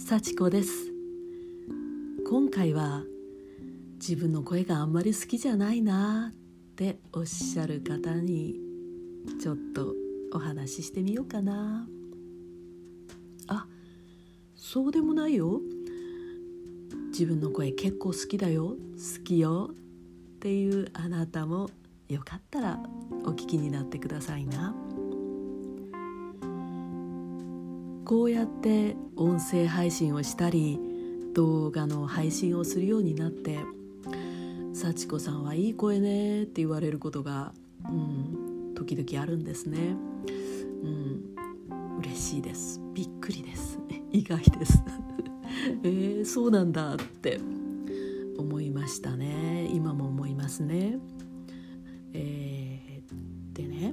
幸子です。今回は自分の声があんまり好きじゃないなっておっしゃる方にちょっとお話ししてみようかな。そうでもないよ。自分の声結構好きだよ、好きよっていうあなたもよかったらお聞きになってくださいな。こうやって音声配信をしたり動画の配信をするようになって、幸子さんはいい声ねって言われることが、時々あるんですね。嬉しいです。びっくりです。意外ですそうなんだって思いましたね。今も思いますね。でね、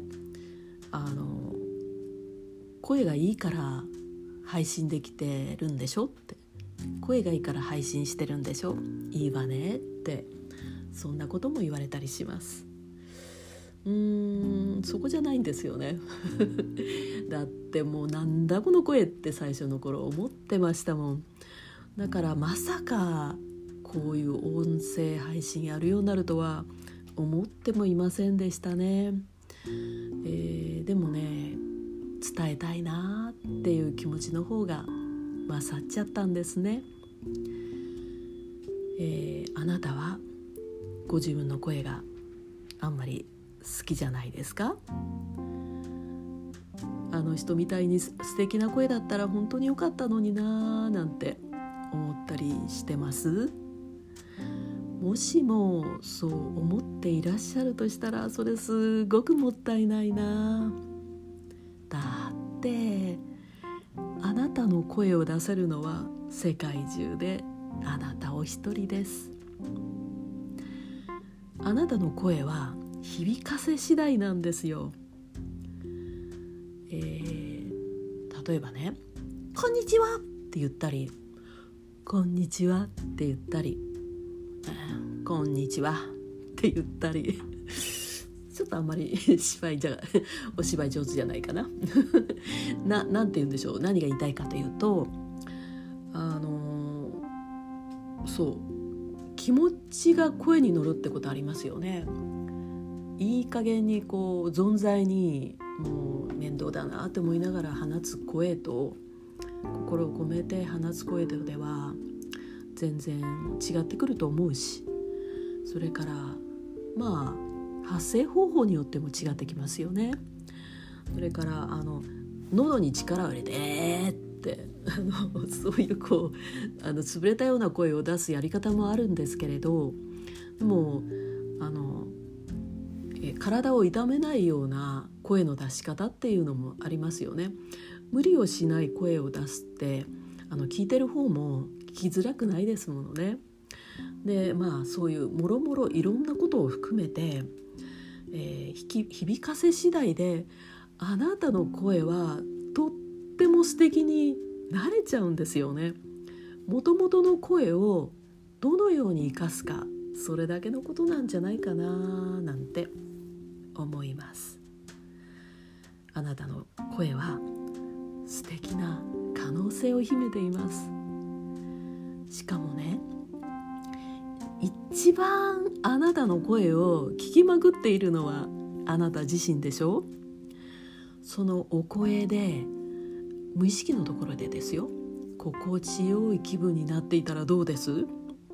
声がいいから配信できてるんでしょって、声がいいから配信してるんでしょ、いいわねって、そんなことも言われたりします。そこじゃないんですよねだってもうなんだこの声って最初の頃思ってましたもん。だからまさかこういう音声配信やるようになるとは思ってもいませんでしたね。でもね、伝えたいなっていう気持ちの方が勝っちゃったんですね。あなたはご自分の声があんまり好きじゃないですか？あの人みたいに素敵な声だったら本当に良かったのにななんて思ったりしてます？もしもそう思っていらっしゃるとしたら、それすごくもったいないな。だってあなたの声を出せるのは世界中であなたお一人です。あなたの声は響かせ次第なんですよ。例えばね、こんにちはって言ったり、こんにちはって言ったり、こんにちはって言ったりちょっとあんまりお芝居上手じゃないかななんて言うんでしょう。何が言いたいかというと、気持ちが声に乗るってことありますよね。いい加減に存在にもう面倒だなって思いながら放つ声と、心を込めて放つ声とでは全然違ってくると思うし、それから発声方法によっても違ってきますよね。それから喉に力を入れてってそういう潰れたような声を出すやり方もあるんですけれど、でも体を痛めないような声の出し方っていうのもありますよね。無理をしない声を出すって聞いてる方も聞きづらくないですものね。でそういうもろもろいろんなことを含めて、響かせ次第であなたの声はとっても素敵になれちゃうんですよね。もともとの声をどのように生かすか、それだけのことなんじゃないかななんて思います。あなたの声は素敵な可能性を秘めています。しかもね、一番あなたの声を聞きまくっているのはあなた自身でしょ。そのお声で無意識のところでですよ、心地よい気分になっていたらどうです？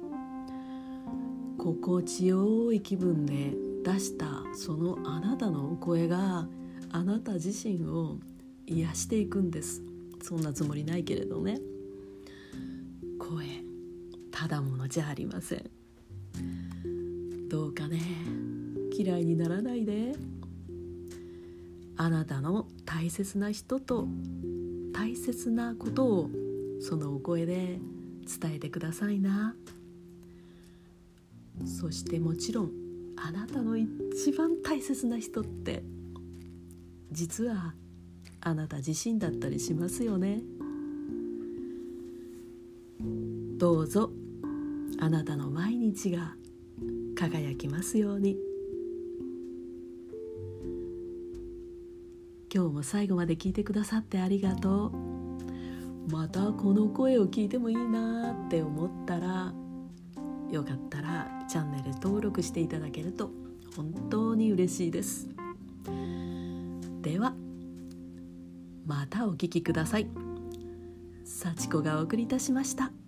心地よい気分で出したそのあなたのお声があなた自身を癒していくんです。そんなつもりないけれどね。声ただものじゃありません。どうかね、嫌いにならないで。あなたの大切な人と大切なことをそのお声で伝えてくださいな。そしてもちろんあなたの一番大切な人って実はあなた自身だったりしますよね。どうぞあなたの毎日が輝きますように。今日も最後まで聞いてくださってありがとう。 またこの声を聞いてもいいなって思ったら、よかったらチャンネル登録していただけると本当に嬉しいです。ではまたお聞きください。幸子がお送りいたしました。